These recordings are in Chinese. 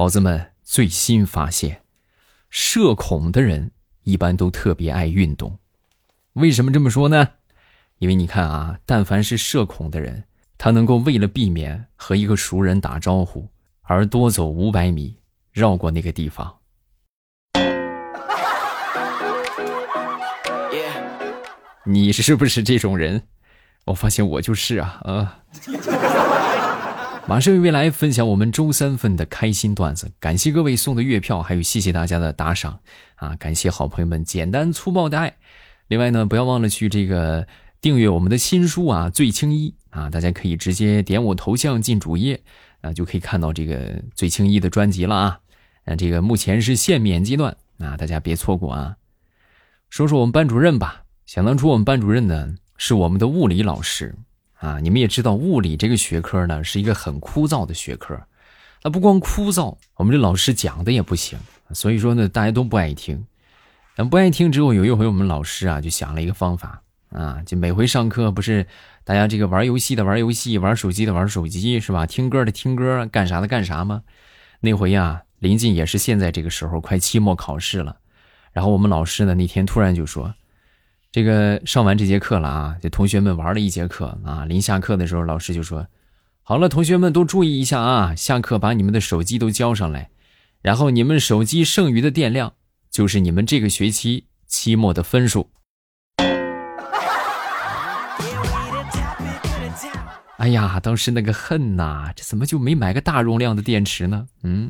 宝子们，最新发现，社恐的人一般都特别爱运动。为什么这么说呢？因为你看啊，但凡是社恐的人，他能够为了避免和一个熟人打招呼，而多走500米，绕过那个地方。你是不是这种人？我发现我就是啊。马上与未来分享我们周3份的开心段子，感谢各位送的月票，还有谢谢大家的打赏啊！感谢好朋友们简单粗暴的爱。另外呢，不要忘了去这个订阅我们的新书啊，最轻一啊，大家可以直接点我头像进主页啊，就可以看到这个最轻一的专辑了啊。这个目前是限免阶段啊，大家别错过啊。说说我们班主任吧，想当初我们班主任呢是我们的物理老师啊，你们也知道物理这个学科呢是一个很枯燥的学科，那不光枯燥，我们这老师讲的也不行，所以说呢大家都不爱听。不爱听之后，有一回我们老师啊就想了一个方法啊，就每回上课不是大家这个玩游戏的玩游戏，玩手机的玩手机是吧，听歌的听歌，干啥的干啥吗？那回啊临近也是现在这个时候快期末考试了，然后我们老师呢那天突然就说，这个上完这节课了啊，这同学们玩了一节课啊，临下课的时候老师就说，好了，同学们都注意一下啊，下课把你们的手机都交上来，然后你们手机剩余的电量就是你们这个学期期末的分数。哎呀，当时那个恨呐，这怎么就没买个大容量的电池呢？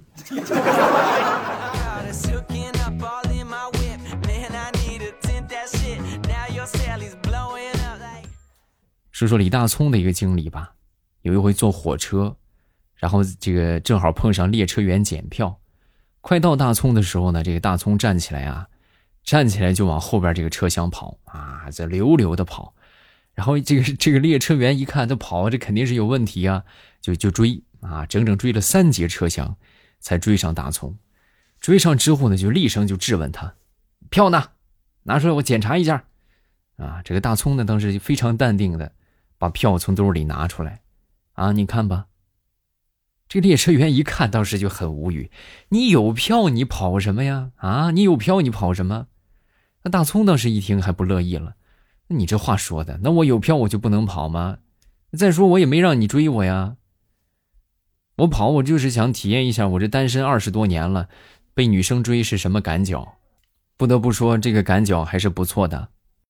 说说李大聪的一个经历吧。有一回坐火车，然后这个正好碰上列车员检票，快到大聪的时候呢，这个大聪站起来就往后边这个车厢跑啊，在溜溜的跑。然后这个列车员一看他跑，这肯定是有问题啊，就追啊，整整追了3节车厢才追上大聪。追上之后呢，就厉声就质问他，票呢？拿出来我检查一下。啊，这个大聪呢当时就非常淡定的把票从兜里拿出来啊，你看吧。这个列车员一看当时就很无语，你有票你跑什么呀？啊，你有票你跑什么？那大聪当时一听还不乐意了，你这话说的，那我有票我就不能跑吗？再说我也没让你追我呀，我跑我就是想体验一下我这单身20多年了，被女生追是什么感觉。不得不说这个感觉还是不错的。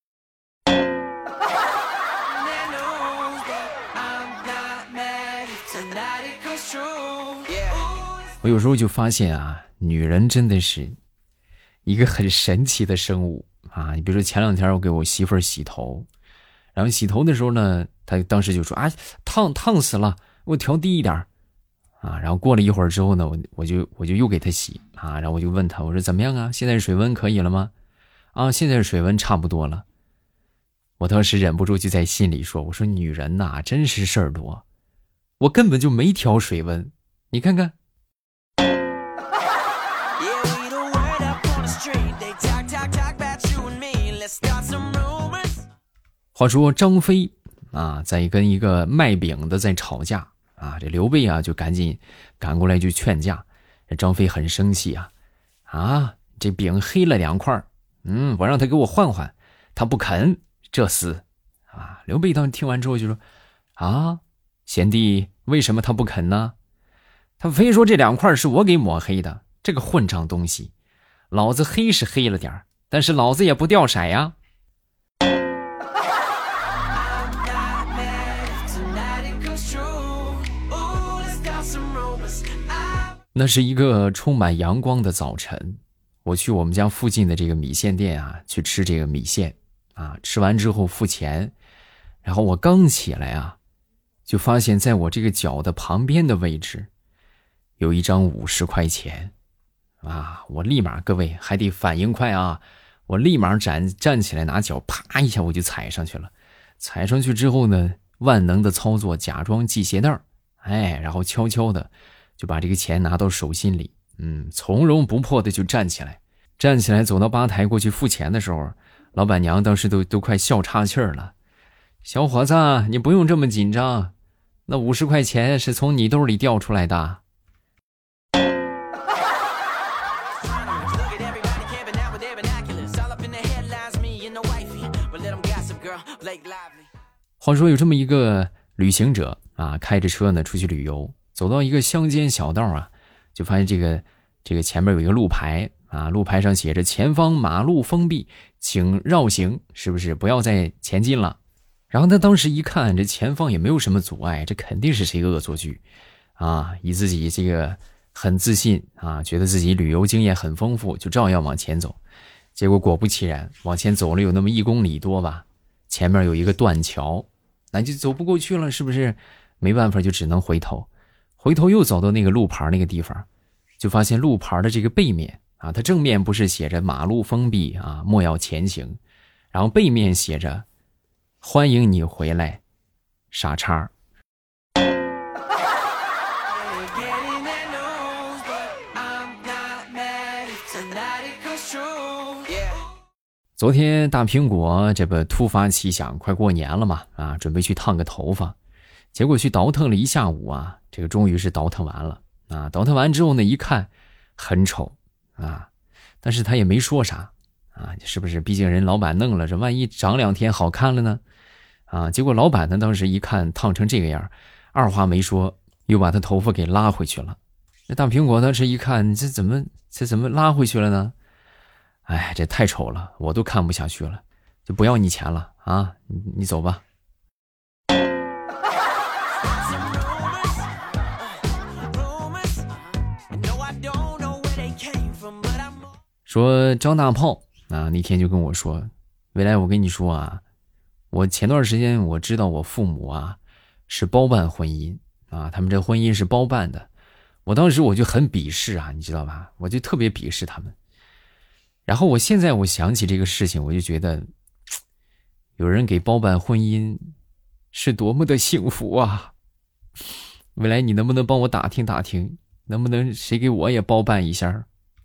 我有时候就发现啊，女人真的是一个很神奇的生物啊！你比如说前2天我给我媳妇儿洗头，然后洗头的时候呢，她当时就说啊，烫死了，我调低一点啊。然后过了一会儿之后呢，我就又给她洗啊，然后我就问她，我说怎么样啊？现在水温可以了吗？啊，现在水温差不多了。我当时忍不住就在心里说，我说女人呐，真是事儿多，我根本就没调水温，你看看。话说张飞啊，在跟一个卖饼的在吵架啊，这刘备啊就赶紧赶过来就劝架。这张飞很生气啊，这饼黑了2块，我让他给我换换，他不肯，这厮啊。刘备当时听完之后就说啊，贤弟为什么他不肯呢？他非说这2块是我给抹黑的，这个混账东西，老子黑是黑了点，但是老子也不掉色呀。那是一个充满阳光的早晨，我去我们家附近的这个米线店啊，去吃这个米线啊，吃完之后付钱，然后我刚起来啊，就发现在我这个脚的旁边的位置有一张50块钱啊，我立马，各位还得反应快啊，我立马站起来，拿脚啪一下我就踩上去了。踩上去之后呢，万能的操作，假装系鞋带，然后悄悄的就把这个钱拿到手心里，从容不迫的就站起来走到吧台过去付钱的时候，老板娘当时都快笑岔气儿了。小伙子，你不用这么紧张，那50块钱是从你兜里掉出来的。 话说有这么一个旅行者啊，开着车呢出去旅游，走到一个乡间小道啊，就发现这个前面有一个路牌啊，路牌上写着前方马路封闭，请绕行，是不是不要再前进了？然后他当时一看，这前方也没有什么阻碍，这肯定是谁恶作剧啊，以自己这个很自信啊，觉得自己旅游经验很丰富，就照样往前走。结果果不其然，往前走了有那么1公里多吧，前面有一个断桥，那就走不过去了，是不是？没办法，就只能回头又走到那个路牌那个地方，就发现路牌的这个背面啊，它正面不是写着马路封闭啊，莫要前行，然后背面写着欢迎你回来，傻叉。昨天大苹果这不突发奇想，快过年了嘛啊，准备去烫个头发，结果去倒腾了一下午啊，这个终于是倒腾完了啊。倒腾完之后呢，一看很丑啊，但是他也没说啥啊，是不是？毕竟人老板弄了，这万一长2天好看了呢？啊，结果老板呢当时一看烫成这个样，二话没说，又把他头发给拉回去了。这大苹果当时一看，这怎么拉回去了呢？哎，这太丑了，我都看不下去了，就不要你钱了啊，你走吧。说张大炮啊，那天就跟我说，未来我跟你说啊，我前段时间我知道我父母啊是包办婚姻啊，他们这婚姻是包办的，我当时我就很鄙视啊，你知道吧？我就特别鄙视他们。然后我现在我想起这个事情，我就觉得有人给包办婚姻是多么的幸福啊！未来你能不能帮我打听打听，能不能谁给我也包办一下？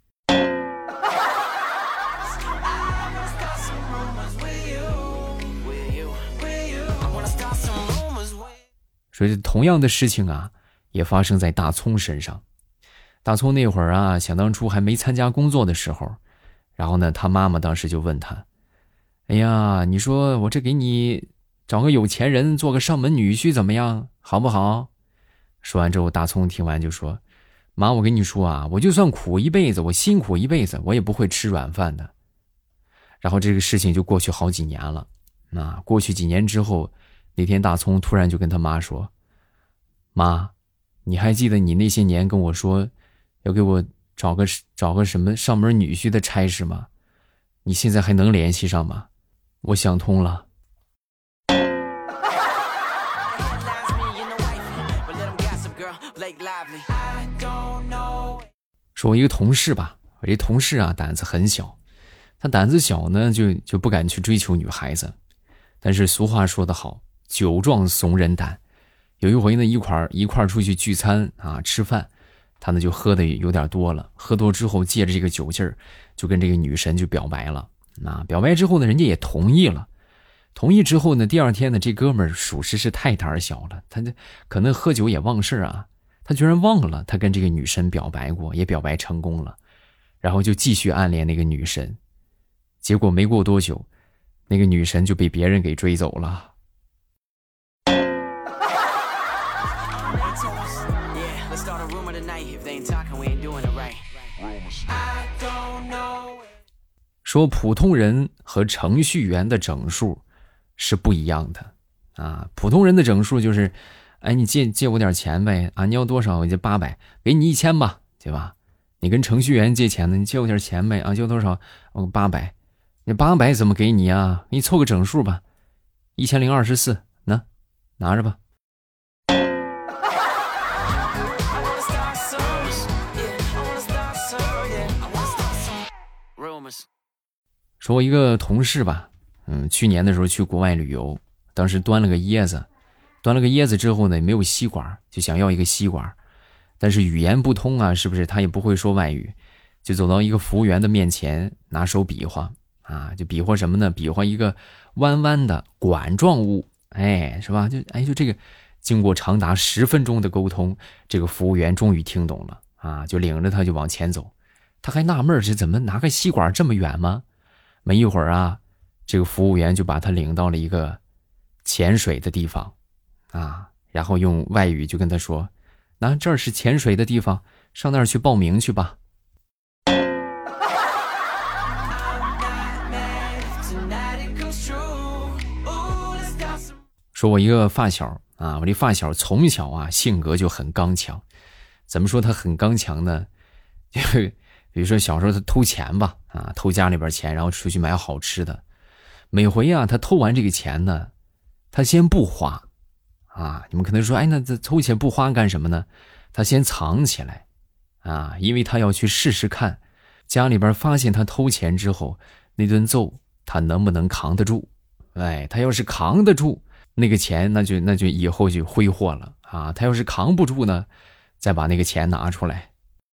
所以同样的事情啊，也发生在大葱身上。大葱那会儿啊，想当初还没参加工作的时候，然后呢，他妈妈当时就问他，哎呀，你说我这给你找个有钱人做个上门女婿怎么样，好不好？说完之后，大葱听完就说，妈，我跟你说啊，我就算苦一辈子，我辛苦一辈子，我也不会吃软饭的。然后这个事情就过去好几年了。那过去几年之后，那天大葱突然就跟他妈说，妈，你还记得你那些年跟我说要给我找个什么上门女婿的差事吗？你现在还能联系上吗？我想通了。说我一个同事吧，我这同事啊胆子很小，他胆子小呢就不敢去追求女孩子，但是俗话说得好，酒壮怂人胆。有一回呢一块出去聚餐啊吃饭，他呢就喝的有点多了，喝多之后借着这个酒劲儿就跟这个女神就表白了。那表白之后呢，人家也同意了。同意之后呢，第二天呢，这哥们儿属实是太胆小了，他可能喝酒也忘事啊，他居然忘了他跟这个女神表白过，也表白成功了，然后就继续暗恋那个女神。结果没过多久，那个女神就被别人给追走了。说普通人和程序员的整数是不一样的啊。普通人的整数就是，哎，你借我点钱呗啊，你要多少我就800，给你1000吧，对吧？你跟程序员借钱呢，你借我点钱呗啊，借多少我800，你800怎么给你啊？你凑个整数吧，1024，拿着吧。说我一个同事吧，去年的时候去国外旅游，当时端了个椰子之后呢，没有吸管，就想要一个吸管，但是语言不通啊，是不是？他也不会说外语，就走到一个服务员的面前，拿手比划啊，就比划什么呢？比划一个弯弯的管状物，哎，是吧？就这个，经过长达10分钟的沟通，这个服务员终于听懂了啊，就领着他就往前走。他还纳闷是怎么拿个吸管这么远吗？没一会儿啊， 这个服务员就把他领到了一个潜水的地方啊，然后用外语就跟他说，那这儿是潜水的地方，上那儿去报名去吧。说我一个发小啊，我这发小从小啊性格就很刚强。怎么说他很刚强呢？就比如说小时候他偷钱吧，啊，偷家里边钱，然后出去买好吃的。每回啊他偷完这个钱呢，他先不花啊。你们可能说，哎，那这偷钱不花干什么呢？他先藏起来啊，因为他要去试试看，家里边发现他偷钱之后，那顿揍他能不能扛得住？哎，他要是扛得住，那个钱那就以后就挥霍了啊。他要是扛不住呢，再把那个钱拿出来。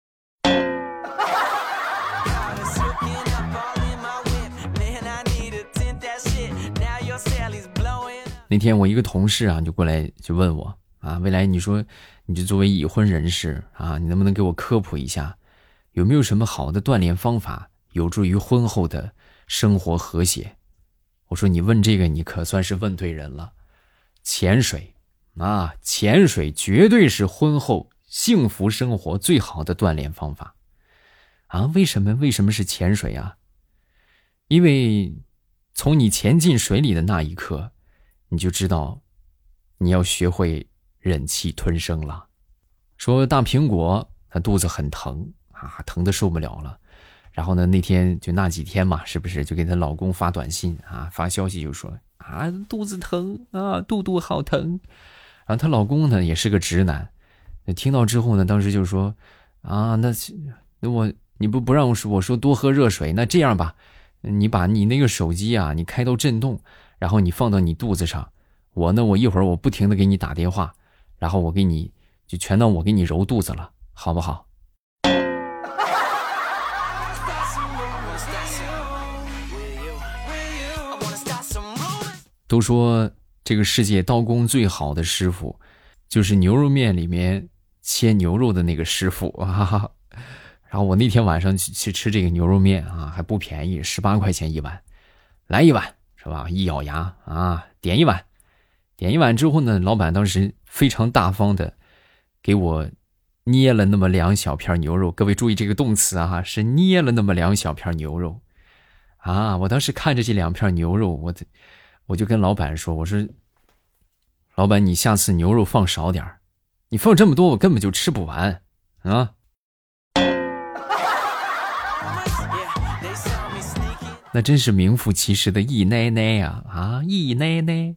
那天我一个同事啊就过来就问我啊，未来你说你就作为已婚人士啊，你能不能给我科普一下，有没有什么好的锻炼方法有助于婚后的生活和谐？我说你问这个你可算是问对人了。潜水啊，潜水绝对是婚后幸福生活最好的锻炼方法啊！为什么是潜水啊？因为从你潜进水里的那一刻，你就知道你要学会忍气吞声了。说大苹果她肚子很疼啊，疼得受不了了。然后呢，那天就那几天嘛，是不是就给她老公发短信啊，发消息就说啊，肚子疼啊，肚肚好疼。然后她老公呢也是个直男，听到之后呢，当时就说啊，那你不让我说多喝热水，那这样吧，你把你那个手机啊，你开到震动，然后你放到你肚子上，我一会儿我不停的给你打电话，然后我给你就全当我给你揉肚子了，好不好？都说这个世界刀工最好的师傅就是牛肉面里面切牛肉的那个师傅啊。然后我那天晚上去吃这个牛肉面啊，还不便宜，18块钱一碗，来一碗是吧？一咬牙啊，点一碗之后呢，老板当时非常大方的给我捏了那么2小片牛肉。各位注意这个动词啊，是捏了那么2小片牛肉啊。我当时看着这2片牛肉，我就跟老板说，我说老板你下次牛肉放少点，你放这么多我根本就吃不完啊。那真是名副其实的易奶奶呀啊，易奶奶。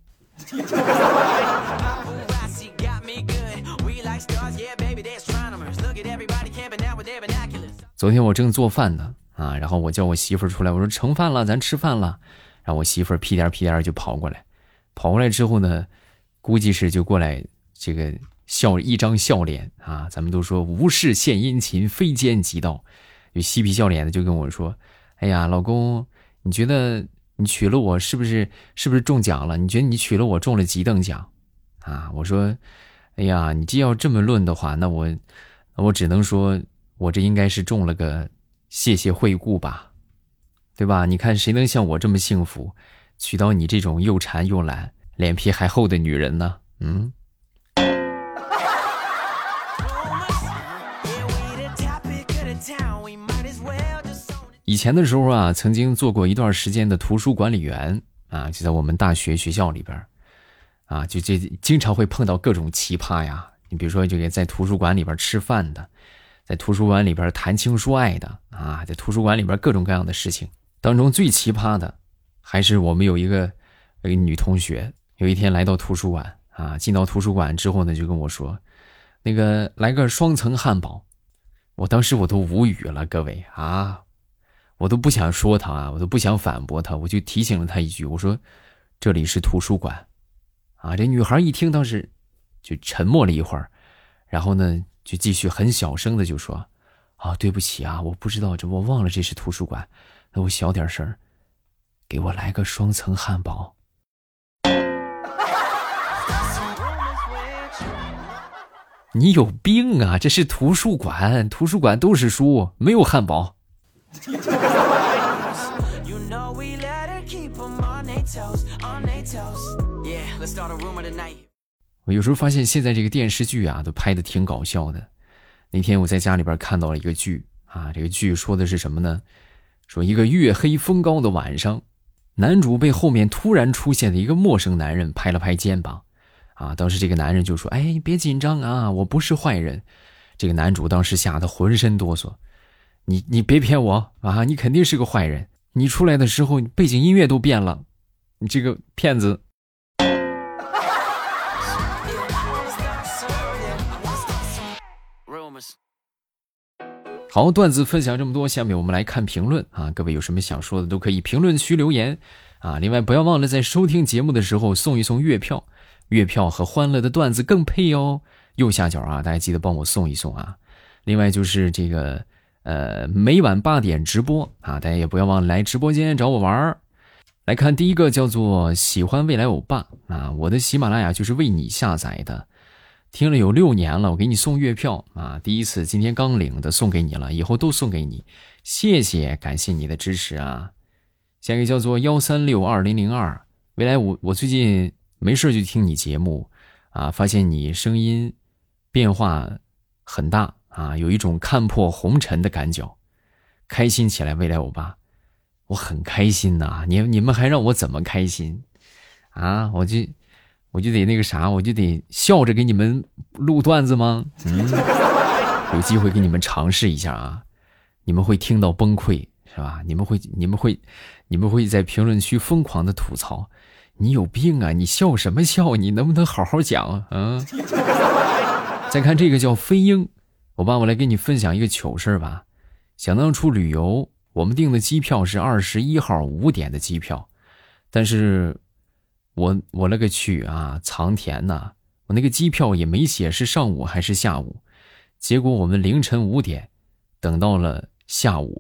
昨天我正做饭呢啊，然后我叫我媳妇儿出来，我说盛饭了，咱吃饭了。然后我媳妇儿屁颠屁颠就跑过来之后呢，估计是就过来这个一张笑脸啊，咱们都说无事献殷勤，非奸即盗，就嬉皮笑脸的就跟我说，哎呀老公，你觉得你娶了我是不是中奖了？你觉得你娶了我中了几等奖啊？我说哎呀，你既要这么论的话，那我只能说我这应该是中了个谢谢惠顾吧，对吧？你看谁能像我这么幸福，娶到你这种又馋又懒脸皮还厚的女人呢？以前的时候啊，曾经做过一段时间的图书管理员啊，就在我们大学校里边啊，就经常会碰到各种奇葩呀。你比如说这个在图书馆里边吃饭的，在图书馆里边谈情说爱的啊，在图书馆里边各种各样的事情当中，最奇葩的还是我们有一个女同学，有一天来到图书馆啊，进到图书馆之后呢，就跟我说那个来个双层汉堡。我当时我都无语了，各位啊，我都不想说他啊，我都不想反驳他，我就提醒了他一句，我说这里是图书馆啊。这女孩一听当时就沉默了一会儿，然后呢就继续很小声的就说啊，对不起啊，我不知道，我忘了这是图书馆，那我小点声，给我来个双层汉堡。你有病啊，这是图书馆，图书馆都是书，没有汉堡。 我有时候发现现在这个电视剧啊都拍得挺搞笑的。那天我在家里边看到了一个剧啊，这个剧说的是什么呢？说一个月黑风高的晚上，男主被后面突然出现的一个陌生男人拍了拍肩膀啊，当时这个男人就说：“哎，别紧张啊，我不是坏人。”这个男主当时吓得浑身哆嗦，你别骗我啊，你肯定是个坏人，你出来的时候背景音乐都变了，你这个骗子。好，段子分享这么多，下面我们来看评论啊，各位有什么想说的都可以评论区留言啊。另外不要忘了在收听节目的时候送一送月票，月票和欢乐的段子更配哦。右下角啊，大家记得帮我送一送啊。另外就是这个每晚8点直播啊，大家也不要忘了来直播间找我玩。来看第一个叫做喜欢未来欧巴啊，我的喜马拉雅就是为你下载的。听了有6年了，我给你送月票啊！第一次今天刚领的，送给你了，以后都送给你，谢谢，感谢你的支持啊！下一个叫做1362002，未来我最近没事就听你节目啊，发现你声音变化很大啊，有一种看破红尘的感觉，开心起来，未来欧巴，我很开心呐！你们还让我怎么开心啊？我就得那个啥，我就得笑着给你们录段子吗？有机会给你们尝试一下啊！你们会听到崩溃是吧？你们会在评论区疯狂的吐槽，你有病啊！你笑什么笑？你能不能好好讲啊？再看这个叫飞鹰，我来给你分享一个糗事吧。想当初旅游，我们订的机票是21号5点的机票，但是我那个去啊，藏田呐，我那个机票也没写是上午还是下午，结果我们凌晨5点等到了下午。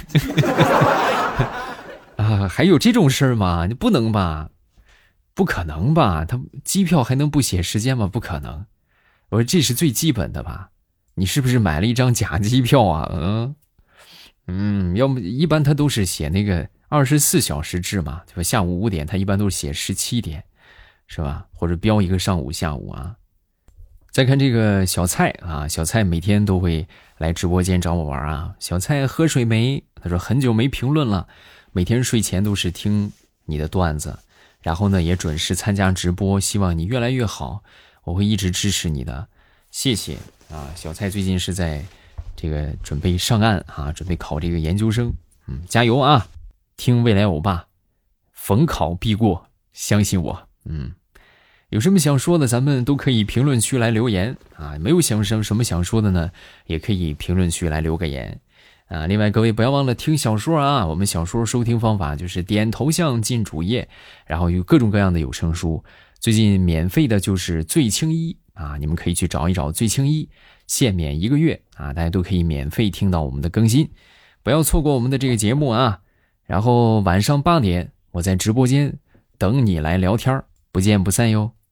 啊，还有这种事儿吗？你不能吧？不可能吧？他机票还能不写时间吗？不可能。我说这是最基本的吧？你是不是买了一张假机票啊？要么一般他都是写那个24小时制嘛，对吧？下午5点他一般都是写17点，是吧？或者标一个上午下午啊。再看这个小蔡啊，小蔡每天都会来直播间找我玩啊。小蔡喝水没？他说很久没评论了，每天睡前都是听你的段子，然后呢也准时参加直播，希望你越来越好，我会一直支持你的，谢谢啊。小蔡最近是在这个准备上岸啊，准备考这个研究生，加油啊！听未来欧巴，逢考必过，相信我。有什么想说的，咱们都可以评论区来留言啊。没有什么想说的呢，也可以评论区来留个言啊。另外，各位不要忘了听小说啊。我们小说收听方法就是点头像进主页，然后有各种各样的有声书。最近免费的就是最轻一啊，你们可以去找一找最轻一，限免1个月啊，大家都可以免费听到我们的更新，不要错过我们的这个节目啊。然后晚上8点，我在直播间等你来聊天，不见不散哟。